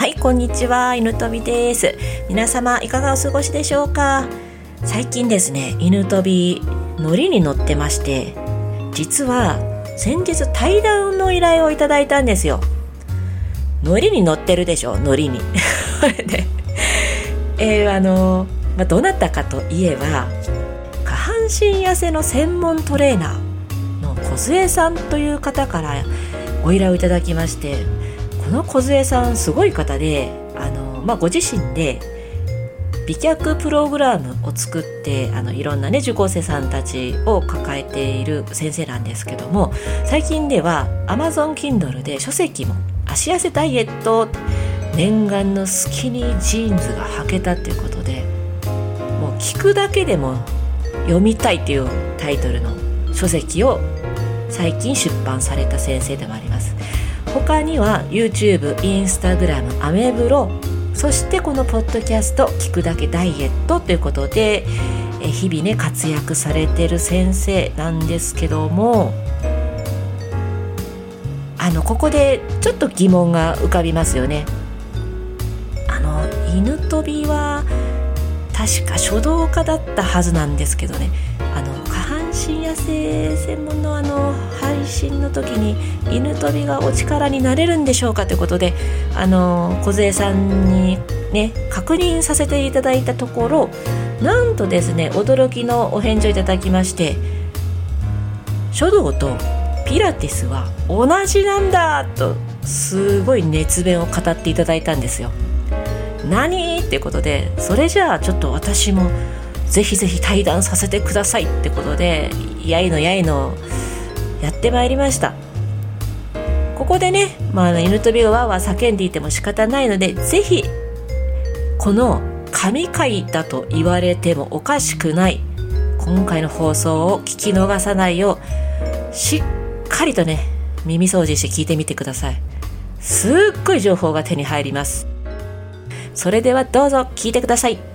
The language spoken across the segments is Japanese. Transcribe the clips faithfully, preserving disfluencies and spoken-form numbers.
はい、こんにちは、犬飛びです。皆様いかがお過ごしでしょうか。最近ですね、犬飛び乗りに乗ってまして、実は先日対談の依頼をいただいたんですよ。乗りに乗ってるでしょ、乗りにで、えー、あの、まあ、どなたかといえば下半身痩せの専門トレーナーの梢さんという方からご依頼をいただきまして、この梢さんすごい方で、あの、まあ、ご自身で美脚プログラムを作って、あのいろんなね受講生さんたちを抱えている先生なんですけども、最近では Amazon Kindle で書籍も足痩せダイエット、念願のスキニージーンズが履けたっていうことで、もう聞くだけでも読みたいっていうタイトルの書籍を最近出版された先生でもあります。他には YouTube、Instagram、アメブロ、そしてこのポッドキャスト聞くだけダイエットということで、え日々ね活躍されてる先生なんですけども、あのここでちょっと疑問が浮かびますよね。あの犬飛びは確か書道家だったはずなんですけどね、あの下半身痩せ専門のあの配信の時に犬飛びがお力になれるんでしょうかということで、あの梢さんにね確認させていただいたところ、なんとですね驚きのお返事をいただきまして、書道とピラティスは同じなんだとすごい熱弁を語っていただいたんですよ。何ってことで、それじゃあちょっと私もぜひぜひ対談させてくださいってことで、やいのやいのやってまいりました。ここでね、まあ、犬飛びがわーわー叫んでいても仕方ないので、ぜひこの神回だと言われてもおかしくない今回の放送を聞き逃さないよう、しっかりとね耳掃除して聞いてみてください。すっごい情報が手に入ります。それではどうぞ聞いてください。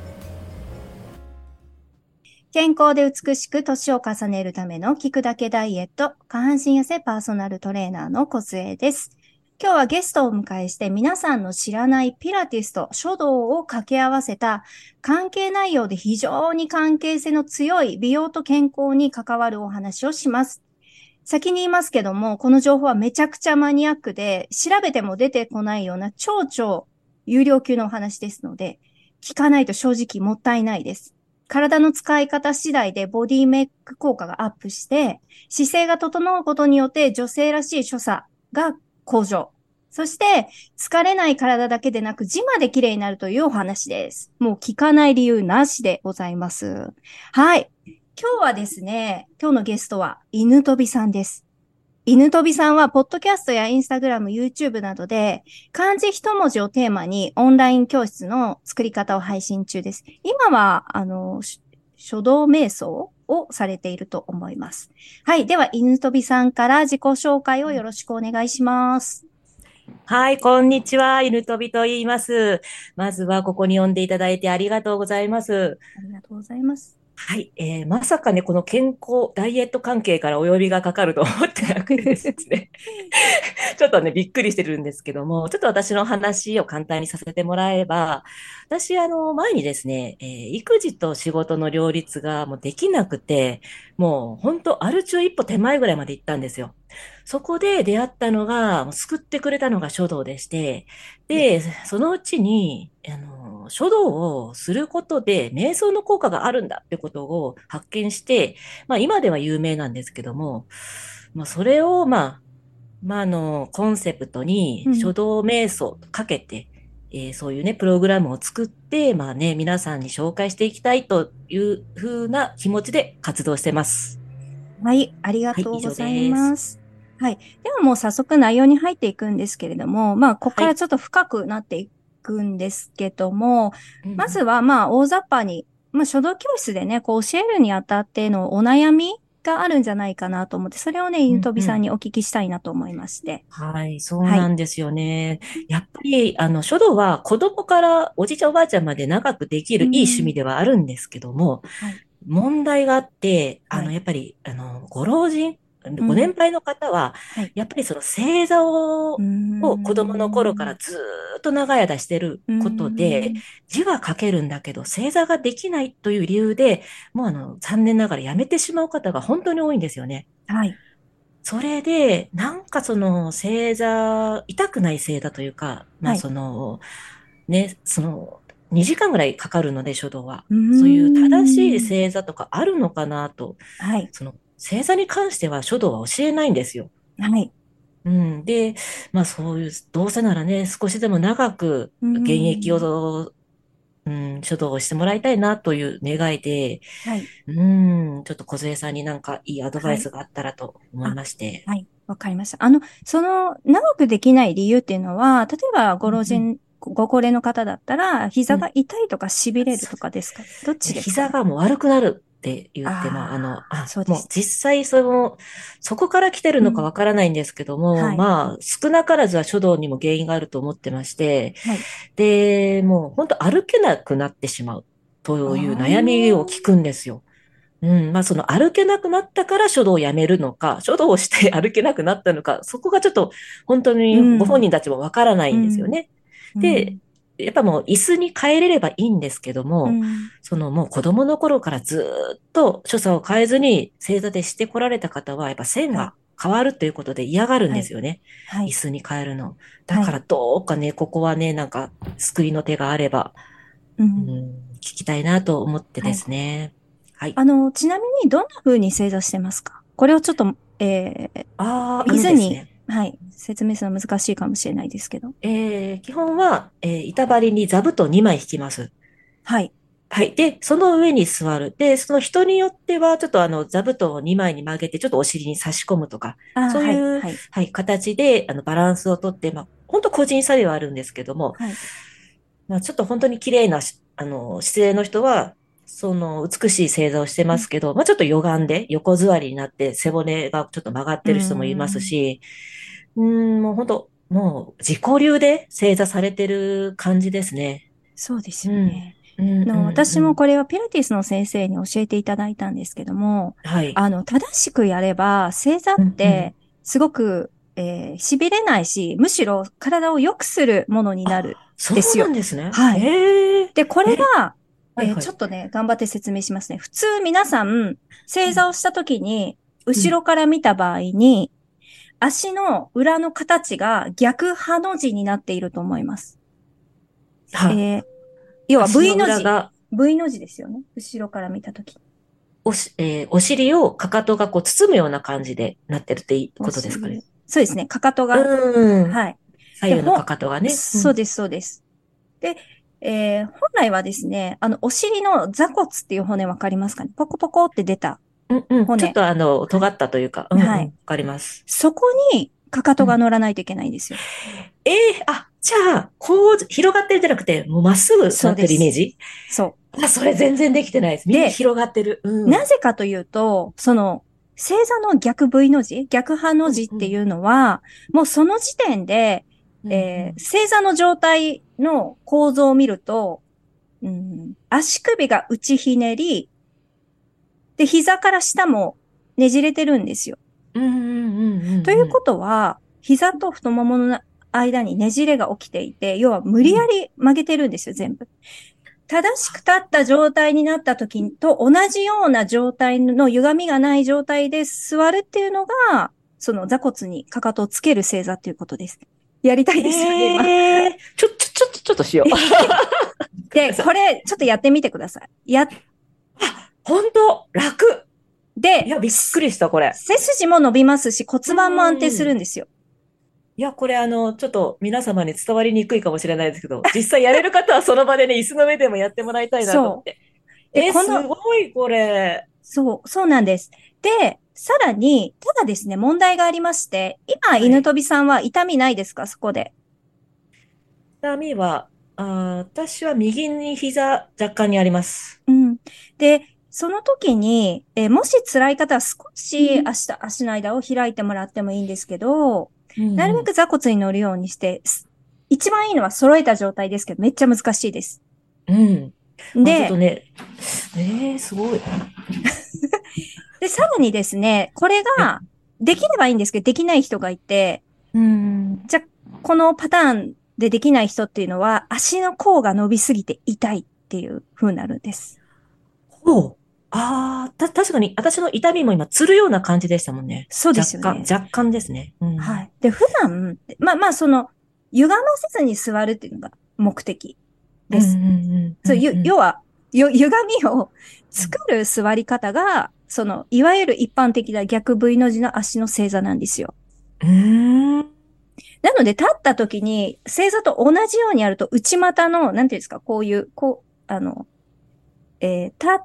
健康で美しく年を重ねるための聞くだけダイエット、下半身痩せパーソナルトレーナーの梢です。今日はゲストをお迎えして皆さんの知らないピラティスと書道を掛け合わせた関係内容で非常に関係性の強い美容と健康に関わるお話をします。先に言いますけども、この情報はめちゃくちゃマニアックで調べても出てこないような超超有料級のお話ですので、聞かないと正直もったいないです。体の使い方次第でボディメイク効果がアップして、姿勢が整うことによって女性らしい所作が向上。そして、疲れない体だけでなく、字まで綺麗になるというお話です。もう聞かない理由なしでございます。はい。今日はですね、今日のゲストは犬飛さんです。犬飛さんは、ポッドキャストやインスタグラム、YouTube などで、漢字一文字をテーマにオンライン教室の作り方を配信中です。今は、あの、書道瞑想をされていると思います。はい。では、犬飛さんから自己紹介をよろしくお願いします。 はい、こんにちは。犬飛びと言います。まずはここに呼んでいただいてありがとうございます。 ありがとうございます。 はい、えー、まさかね、この健康、ダイエット関係からお呼びがかかると思ってなくてですね。ちょっとね、びっくりしてるんですけども、ちょっと私の話を簡単にさせてもらえば、私、あの、前にですね、えー育児と仕事の両立がもうできなくて、もう本当、アル中一歩手前ぐらいまで行ったんですよ。そこで出会ったのが、もう救ってくれたのが書道でして、で、そのうちに、あの、書道をすることで瞑想の効果があるんだってことを発見して、まあ今では有名なんですけども、まあそれを、まあ、まああの、コンセプトにうん、 書道瞑想とかけて、えーそういうね、プログラムを作って、まあね、皆さんに紹介していきたいというふうな気持ちで活動してます。 はい、ありがはい、 とう以上ございです。 ます。はい。ではもう早速内容に入っていくんですけれども、まあ、ここはい。 からちょっと深くなっていくんですけども、 うんうん。 まずはまあ、大雑把に、まあ、書道教室でね、こう教えるにあたってのお悩みがあるんじゃないかなと思って、それをね、 う犬飛さんんうん。 にお聞きしたいなと思いまして。 はい、そうはい。 なんですよね。やっぱり、あの、書道は子供からおじいちゃんおばあちゃんまで長くできるいい趣うん。 味ではあるんですけども、 はい。 問題があって、あの、 はい。 やっぱり、あの、ご老人、 ご年配の方は、 はい。 やっぱりその正座を、 うーを子供の頃からん。 ずーっと長い間してるうーことで、 ん。 字は書けるんだけど、正座ができないという理由で、もうあの、残念ながらやめてしまう方が本当に多いんですよね。 はい。 それで、なんかその正座、痛くない正座というか、まあはい。 その、ね、その、にじかんぐらいかかるので、書道は。 うーそういう正しいん。 正座とかあるのかなと、 はい。 その、正座に関しては書道は教えないんですよ。 はい。 うん。で、まあそういう、どうせならね、少しでも長くうー現役ん。 を、うん、書道をしてもらいたいなという願いで、 はい。 うん、ちょっと梢さんになんかいいアドバはい。 イスがあったらと思いあ、 まして。 はい。わかりました。あの、その、長くできない理由っていうのは、例えば、ごうんうん。 老人、ご高齢の方だったら、膝がうん。 痛いとか痺れるそうとかですか？どっちですかね？ 膝がもう悪くなるって言っても、あの、 ああー、 あ、もうそうです。 実際その、そこから来てるのかうん。 わからないんですけども、 はい。 まあ、少なからずは書道にも原因があると思ってまして、 はい。 で、もう本当歩けなくなってしまうあという悩みを聞あ、 くんですよ。うん、まあその歩けなくなったから書道をやめるのか、書道をして歩けなくなったのか、そこがちょっと本当にご本うん。 人たちもわからないんですようん。 ね。で、 うん。 やっぱもう椅子に変えれればいいんですけども、 うん。 そのもう子供の頃からずっと所作を変えずに正座でしてこられた方は、やっぱ線はい。 が変わるということで嫌がるんはい。 ですよね。 はい。 椅子に変えるの。だはい。 からどうかね、ここはね、なんか救いの手があれば、うん、 うん。 聞きたいなと思ってではい。 すね。はい。 あの、ちなみに、どんな風に正座してますか？これをちょっと、えー、 ああ、あの図に、 ですね。 はい、説明するの難しいかもしれないですけど。 えー基本は、えー板張りに座布団にまい引きます。 はい。 はい。で、その上に座る。で、その人によっては、ちょっとあの、座布団をにまいに曲げて、ちょっとお尻に差し込むとか、 あー、はい、 そういう、 はい、 はい、形で、あの、バランスをとって、まあ、本当個人差ではあるんですけども、 はい。 まあ、ちょっと本当に綺麗なし、あの、姿勢の人は、その、美しい正座をしてうん。 ますけど、まあ、ちょっと歪んで、横座りになって、背骨がちょっと曲がっうーてる人もいますん、 し、うーん、もう本当、もう自己流で正座されてる感じですね。 そうですうん。 よね。 うん、うん、 の、私うん。 もこれはピラティスの先生に教えていただいたんですけども、 はい。 あの、正しくやれば、正座っうん、うん。 て、すごく、えー、痺れないし、むしろ体を良くするものになる、 あ、そうなんですよ。 ですね。 はい。 へえ。 で、これえ、 が、えーはいはい。 ちょっとね、頑張って説明しますね。普通皆さん、 うん、 正座をした時に、 うん。 後ろから見た場合に、足の裏の形が逆ハの字になっていると思います。えは、 ー要は足 V のの字。 裏が、 V の字ですよね。後ろから見た時。 おし、えーお尻をかかとがこう包むような感じでなってるっていいおことですかね。 尻。そうですね。かかとが。 うーん。 はい。で、 左右のかほ、 かとがね。うん。 そうです、そうです。で、えー本来はですね、あの、お尻の座骨っていう骨わかりますかね？ポコポコって出たうんうん。ちょっ骨。 とあの、 はい。 尖ったというか、うんうん。 はい。 わかります。 そこに、かかとがうん。 乗らないといけないんですよ。 ええあ、じゃあ、こう、広がってるんじゃなくて、もうまっすぐなってるイメーそうです。 ジ。 そあ、それ全然できてないです。 う。で、 右広がってる。うん。 なぜかというと、その、星座の逆 V の字、逆波のうんうん。 字っていうのは、もうその時点で、 うんうえー、 ん。 星座の状態の構造を見ると、うん、足首が内ひねり、で、膝から下もねじれてるんですよ。 うんうんうんうんうん。 ということは、膝と太ももの間にねじれが起きていて、要は無理やうん。 り曲げてるんですよ、全部。正しく立った状態になった時と同じような状態の歪みがない状態で座るっていうのが、その座骨にかかとをつける正座っていうことです。やりたいですよね、今。 ええちょ、ちょ、ちょっと、ちょっとしよう。ごめんで、 なさい。 これ、ちょっとやってみてください。や、 あ、本当楽。いで、 や、びっくりした、これ。 背筋も伸びますし、骨うん盤も安定すうんうん。 るんですよ。 いや、これあの、ちょっと皆様に伝わりにくいかもしれないですけど、実際やれる方はその場でね、椅子の上でもやってもらいたいなと思っそう。 て。 で、 え、すこの、 ごい、これ。 そう、そうなんです。で、さらに、ただですね、問題がありまして、今、 はい。 犬飛さんは痛みないですか？そこで。 痛みは、あー、私は右に膝若干にあります。 うん。で、その時に、えーもし辛い方は少し足と足の間を開いてもらってもいいんですけど、なるべうんく座骨に乗るようにして、す一番いいのは揃えた状態ですけど、めっちゃ難しいです。 うん。うん。あ、ちょっとで、 ね、えー、すごい。 で、さらにですね、これはい。 が、 できればいいんですけど、できない人がいて、 うん。 じゃあ、このパターンでできない人っていうのは、足の甲が伸びすぎて痛いっていう風になるんです。 ほう。ああ、た、確かに、私の痛みも今、つるような感じでしたもんね。 そうです若干、 よね。 若干ですね。うん。 はい。で、普段、まあまあ、その、歪ませずに座るっていうのが目的うん、うです。 ん、うそう、 ん、 ゆ、 うん。 要は、よ、歪みを作る座り方が、その、いわゆる一般的な逆 V の字の足の正座なんですよ。 うん。うーん。 なので、立った時に、正座と同じようにやると、内股の、なんていうんですか、こういう、こう、あの、えー立って、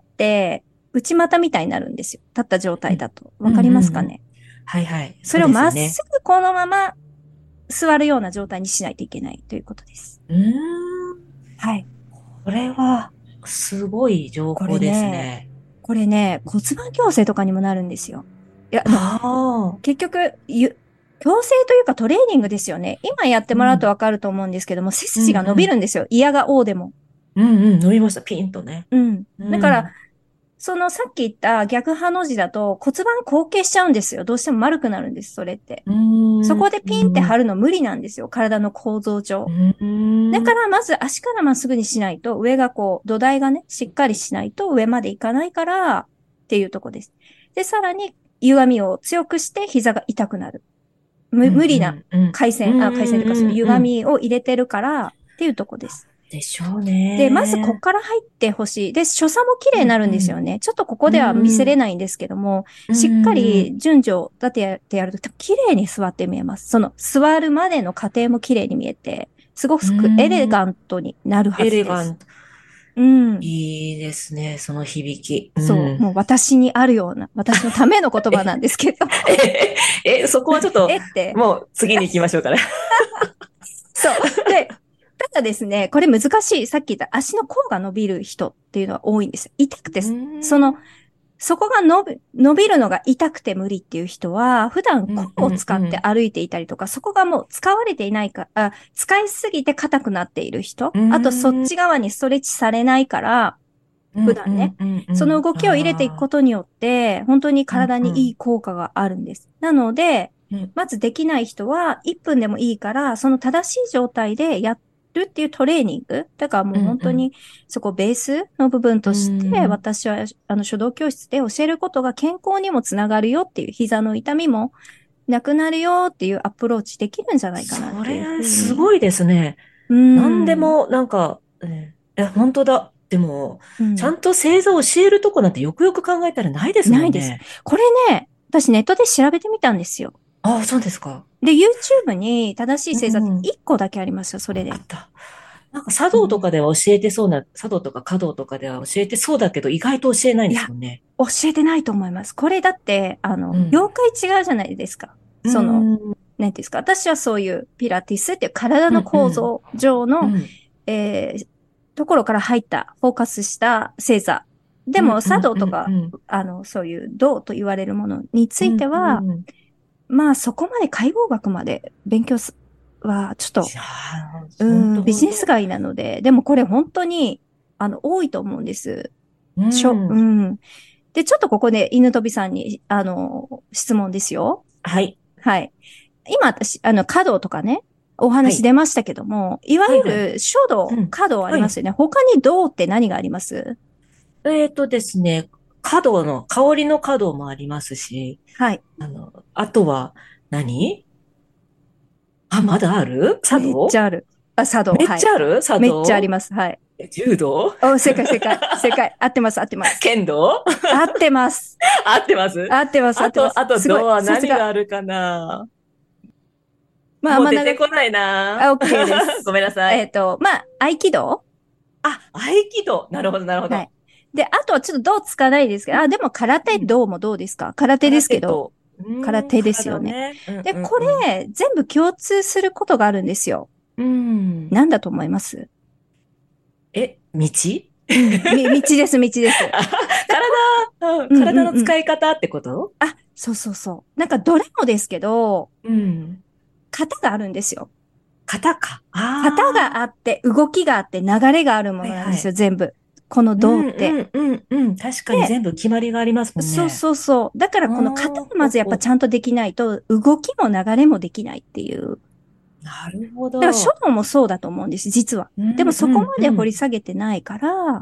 内股みたいになるんですよ。立った状態だと。わかりうん、うん、うん。 ますかね？ はい、はい。そうそれをまっですよね。 すぐこのまま座るような状態にしないといけないということです。 うーん。 はい。 これは、すごい情これ報ですね、 ね。 これね、骨盤矯正とかにもなるんですよ。いや、あの、 ああ。 結局、ゆ、矯正というかトレーニングですよね。今やってもらうとうん。 わかると思うんですけども、背うん、 筋が伸うん。 びるんですよ。嫌が応でも。 うん、うん。伸びました。ピンとね。 うん。だから、 うん。 そのさっき言った逆ハの字だと骨盤後傾しちゃうんですよ。どうしても丸くなるんです、それって。 うーん。 そこでピンって張るの無理なんですよ。体の構造う上。だーん。 からまず足からまっすぐにしないと、上がこう、土台がね、しっかりしないと上までいかないから、っていうとこです。で、さらに、歪みを強くして膝が痛くなる。む、 うん、 無理なうん、うん。う回線、あ、回線というかそのん、うん、うん。 歪みを入れてるから、っていうとこです。 でしょうで、まずこっね。 から入ってほしい。で、所作も綺麗になるんですよね。ちょっとここうん、 では見せうん。 れないんですけども、 うしっかん。 り順序立てやってやると、綺麗に座って見えます。その座るまでの過程も綺麗に見えて、すごうくエレん。 ガントになるはエずです。 レガント。 うん。 いいですね。その響き。うそう。 ん。 もう私にあるような、私のための言葉なんですけど。 え、え、そこはちょっと、 えって。 もう次に行きましょうかね。 そう。で、ただですね、これ難しい。さっき言った足の甲が伸びる人っていうのは多いんですよ。痛くて、 うその、 ん。 そこが伸び、伸びるのが痛くて無理っていう人は、普段甲うん、うん、 を使ってうん。 歩いていたりとか、そこがもう使われていないか、あ、使いすぎて硬くなっている人、 うあとそっん、 ち側にストレッチされないから、 うん、うん、 普段ね、 うん、うそのん。 動きを入れていくああ。 ことによって、本当にうん、 体うん。 にいい効果があるんです。なので、 うん、 まずできない人はいっぷんでもいいから、その正しい状態でやるっていうトレーニング。だからもううん、うん。 本当にそこベースの部分うとして、 ん。 私はあの書道教室で教えることが健康にもつながるよっていう、膝の痛みもなくなるよっていうアプローチできるんじゃないかなっていうふそれ、 うに。 すごいですね。 うなんでん。 も、なんか、え、え、本当だ。でも、 うん。 ちゃんと星座を教えるとこなんてよくよく考えたらないですないです。 もんね。 これね、私ネットで調べてみたんですよ。 ああ、そうですか。 で、YouTube に正しいう星座ってん。 いっこだけありますよ、それで。 あった。なんか茶うん。 道とかでは教えてそうな、茶道とか華道とかでは教えてそうだけど、意外と教えないんいや、 ですもんね。 教えてないと思います。これだって、あの、 うん。 業界違うじゃないですか。 うその、 ん。うん。 なんていうんですか。私はそういうピラティスっていう体うの構ん。 造上の、 うん。 えーところから入った、フォーカスした星座。でも、 うん。う茶ん。うん。う道とか、 ん。 あの、そういう道と言われるものについてうん。 は、 うん。 まあ、そこまで解剖学まで勉強すは、ちょっと、 いやー、ほんうん、ビとほんと。 ジネス街なので、でもこれ本当に、あの、多いと思うんです。 うしょ、うん。 ん。で、ちょっとここで犬飛さんに、あの、質問ですよ。 はい。 はい。今私、あの、華道とかね、お話はい。 出ましたけども、いわはい。はい。 ゆる書道、 うん。 華道ありはい。 ますよね。他に道って何があります？ えーとですね、華道の、香りの華道もありますし、 はい。 あの、あとは何、あ、まだある茶めっち道。 ゃある。あ、茶道。 めっはい。 ちゃある茶めっちゃあり道。 ます。はい。 え、柔道。 お、正解、正解。正解。合ってます、合ってます。 剣道。 合ってます。 合ってます。 合ってます、合あと、 ってます。 あと、 すごい。 道はさすが。 何があるかな。 まあ、あもう出んま長く、 てこないな。 あ、OK でごす。 めんなさい。 えっと、まあ、合気道。 あ、合気道。なるほど、なるほど。 はい。で、あとはちょっと道つかないですけど、あ、でも空手うん。 道もどうですか？空手で空すけど、 手道。うーん、 空手ですよね。 体をね。うんで、こうんうん。 れ、全部共通することがあるんですよ。 うん。 なんだと思います？ え、道。 うん。み、道です、道です。 あ、体、うん、 うんう体のんうん。 使い方ってこと？ あ、そうそうそう。なんかどれもですけど、 うん。 型があるんですよ。 型か。 型がああって、動きがあって、流れがあるもあ、はいのなんですよ、 はい。 全部。 この胴って。 うんうんうんうん。確かに全部決まりがありますもんね。 そうそうそう。だからこの型をまずやっぱちゃんとできないと、動きも流れもできないっていう。 なるほど。 だから書道もそうだと思うんです、実は。 うんでもそこまで掘り下げてないから、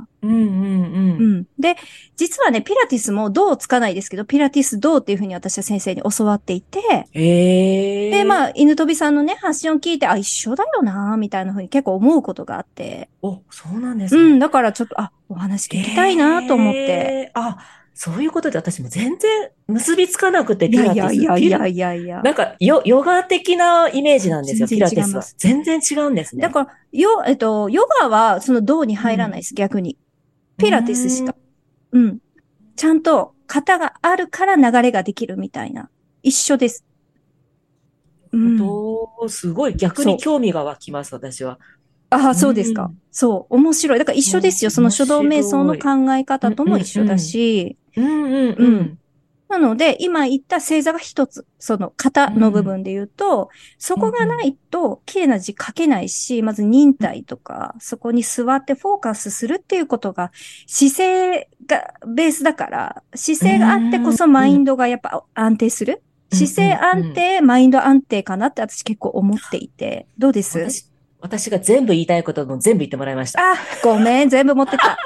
うんうんうんうん。で、実はね、ピラティスも胴をつかないですけど、ピラティス胴っていうふうに私は先生に教わっていて、 へで、まえ。 あ、犬飛さんのね、発信を聞いて、あ、一緒だよな、みたいなふうに結構思うことがあって、 お、そうなんですね。 うん、だからちょっと、あ、お話聞きたいなと思って。 へえ。あ、そういうことで私も全然結びつかなくて、 いやいやピラティス。ピラ、 いやいやいやいや。 なんかヨ、ヨガ的なイメージなんですよ、ピ全然ラティスは。 違います。 全然違うんですね。 だから、ヨ、えっと、ヨガはその胴に入らないです、逆に。 うピラティスしん。うか。うん。ちゃんと型があるから流れができるみたいな。一緒です。うーんん。 と、すごい逆にそう。 興味が湧きます、私は。 ああ、 うそうですか。 ん。 そう。面白い。だから一緒ですよ。その面書道瞑想の白い。 考え方うんうとも一緒だんうん。 し、 うんうんうん。 うん。 なので、今言った星座が一つ。その型の部分で言うと、そうんうこがなんいと綺麗な字書けないし、まず忍耐とか、そこに座ってフォーカスするっていうことが、姿勢がベースだから、姿う勢があってこん。 そマイうんンドがやっぱ安定する。 うん姿勢うんうん。 安定、マインド安定かなって私結構思っていて。どうです？ 私、私が全部言いたいことも全部言ってもらいました。 あ、ごめん、全部持ってた。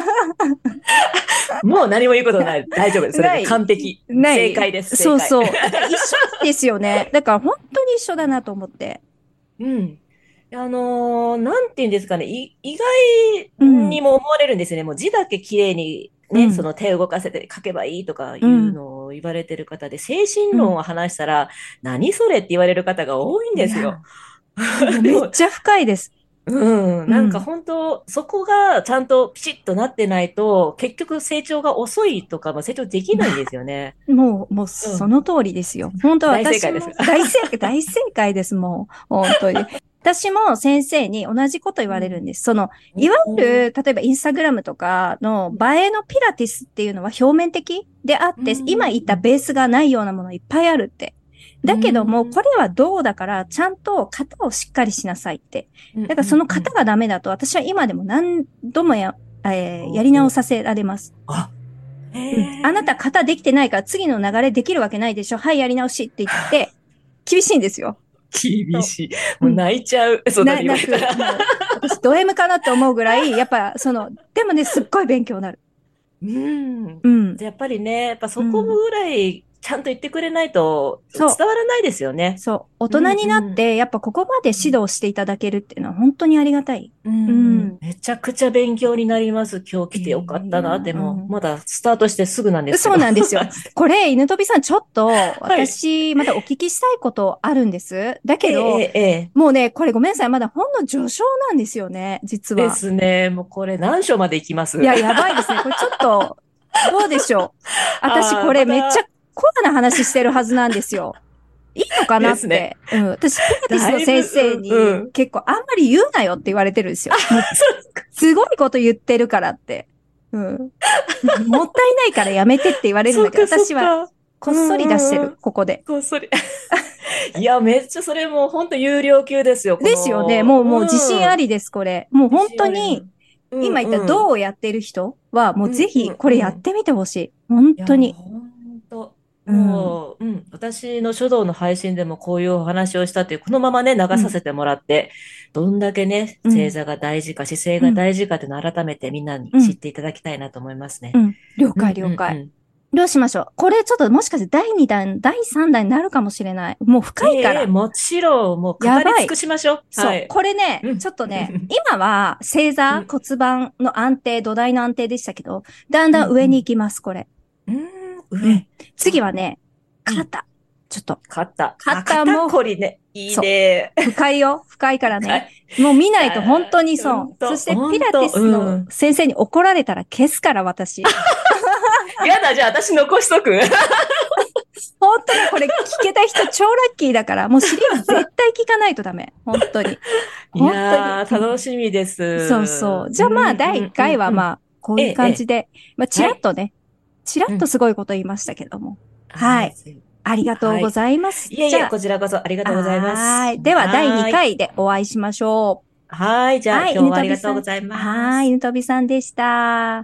もう何も言うことない。大丈夫です。それでない。 完璧。 ない。 正解です。正解。 そうそう。だから一緒ですよね。だから本当に一緒だなと思って。 うん。あのーなんて言うんですかね。い、意外うん。 にも思われるんですよね。もう字だけ綺麗にね、そうん。 の手を動かせて書けばいいとかいううん。 のを言われてる方で、精神うん。 論を話したら、何それって言われる方が多いんですよ。 いや、もうでも、 めっちゃ深いです。 うん、なんかうん。 本当、そこがちゃんとピシッとなってないと、結局成長が遅いとか、まあ、成長できないんですよね。 もう、もううん。 その通りですよ。本当大正解です。 私も大正解、大正解です、もう。本当に。私も先生に同じこと言うん。 われるんです。その、いわゆおーる、例えばインスタグラムとかの映えのピラティスっていうのは表面的であっうて、今言ったん。 ベースがないようなものいっぱいあるって。 うだけども、 ん。 これはどうだから、ちゃんと型をしっかりしなさいって。 うん。 だからそうん。うん。 の型がダメだと、私は今でも何度もや、えーやり直おーさせられます。 あ、へうん。あなたえ。 型できてないから次の流れできるわけないでしょ。はい、やり直しって言って、厳しいんですよ。そ厳しい。 う。 もううん。 泣いちゃう。そんなな、 に言わなく、 れたら。 もう、私ド M かなって思うぐらい、やっぱ、その、でもね、すっごい勉強になる。 うん。 うん。 やっぱりね、やっぱそこうん。 ぐらいちゃんと言ってくれないとそう。 伝わらないですよね。 そう。大うん人になっうん。 て、やっぱここまで指導していただけるっていうのは本当にありがたい。 うん、 うん。 めちゃくちゃ勉強になります。今日来てよかっいやいや、 たなって、 うん。 もう、まだスタートしてすぐなんですけそうど。 なんですよ。これ、犬飛さん、ちょっと、 はい。 私、またお聞きしたいことあるんです。だええ、 けど、 ええ、ええもうね、これごめんなさい。まだほんの序章なんですよね、実では。 すね。もうこれ何章まで行きます？ いや、やばいですね。これちょっと、どうでしょう。私、 ああ、 これめっちゃまたコアな話してるはずなんですよ。いいのかなですね。 って。うん。私、ピラティスの先だいぶ、 生うん、うにん。 結構あんまり言うなよって言われてるんですあ、 よ。もう、 そうか。 すごいこと言ってるからって。うん。もったいないからやめてって言われるんだけど、 そうか、そう私はか。うこっそり出してる、 んうんうん。 ここで。 こっそり。いや、めっちゃそれもう本当有料級ですよ。こですよね。もう、もう自信の、うん。 ありです、これ。もう本自信ありの。 当に、 うん今言ったうん。 銅をやってる人は、もううんうぜひこれんうん。 やってみてほしい。本いや、 当に。 ほんと、 うん。 もう、うん、私の書道の配信でもこういうお話をしたっていう、このままね、流うん。 させてもらって、どんだけね、 うん。 正座が大事か、姿勢がうん。 大事かっていうのを改めてみんなにうん。 知っていただきたいなと思いますね。 うん。了解、 うん了解。 うんうん。 どうしましょう。これちょっともしかしてだいにだん、だいさんだんになるかもしれない。もう深いかええ、 ら。 もちろん、もう語り尽くやばい。 しましょう。はそう。 い。 これね、 うん。 ちょっとね、今は正座、 うん、 骨盤の安定、土台の安定でしたけど、だんうん、 だん上うん。 に行きます、これ。 うーん、 うん。 上。じゃあ、 次はね、 うん。 肩。ちょっと、 肩。あ、肩肩も、 こりね。いいそう。 ね。 深いよ。深いからね。 深い。 もう見ないと本当かにそう。 ほんと、 そしてピラティほんと、 スのうん。 先生に怒られたら消すから、私。 やだ、じゃあ私残しとく。 本当にこれ聞けた人超ラッキーだから、もうシリーズ絶対聞かないとダメ。本当に。 い本当に。 やー、楽しみです。 そうそう。 うん、 じゃあまあ、 うん、 だいいっかいうん、うん。 はまあ、こういうええ、ええ。 感じで、まあ、ちはい。 らっとね、ちらっうん。 とすごいこと言いましたけども。 はい。 はい。ありがとうごはい。 ざいます。 いえいえ、 じゃこちらこそありがあ、 とうございます。 はーい。では、だい2 はーい。 回でお会いしましょう。 はい。じゃあ、 はい、 今日はありがとうございます。 はい、犬飛さんでした。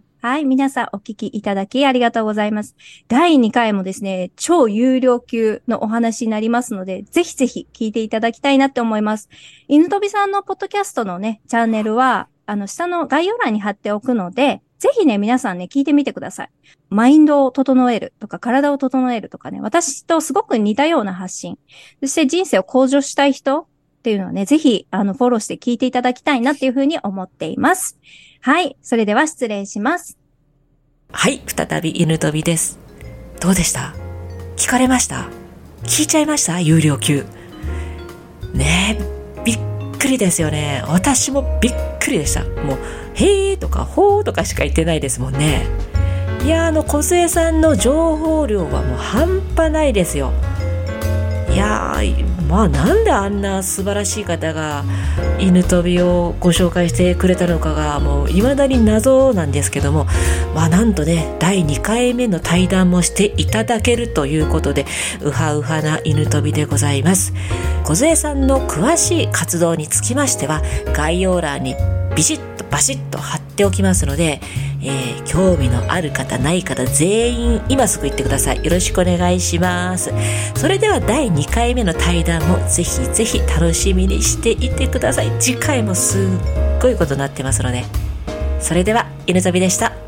はい、皆さんお聞きいただきありがとうございます。だいにかいもですね、超有料級のお話になりますので、ぜひぜひ聞いていただきたいなって思います。犬飛さんのポッドキャストのね、チャンネルは、あの、下の概要欄に貼っておくので、ぜひね、皆さんね、聞いてみてください。マインドを整えるとか、体を整えるとかね、私とすごく似たような発信。そして人生を向上したい人っていうのはね、ぜひ、あの、フォローして聞いていただきたいなっていうふうに思っています。はい。それでは失礼します。 はい。再び犬飛びです。どうでした？聞かれました？聞いちゃいました？有料級。ねえ、びっくりですよね。私もびっくりでした。もう、へーとかほーとかしか言ってないですもんね。いや、あの、小杉さんの情報量はもう半端ないですよ。いやー、まあなんであんな素晴らしい方が犬飛びをご紹介してくれたのかがもう未だに謎なんですけども、まあなんとね、だいにかいめの対談もしていただけるということで、うはうはな犬飛びでございます。小杉さんの詳しい活動につきましては、概要欄にビシッとバシッと貼っておきますので、えー、興味のある方ない方全員今すぐ言ってください。よろしくお願いします。それではだいにかいめの対談もぜひぜひ楽しみにしていてください。次回もすっごいことになってますので。それでは犬飛びでした。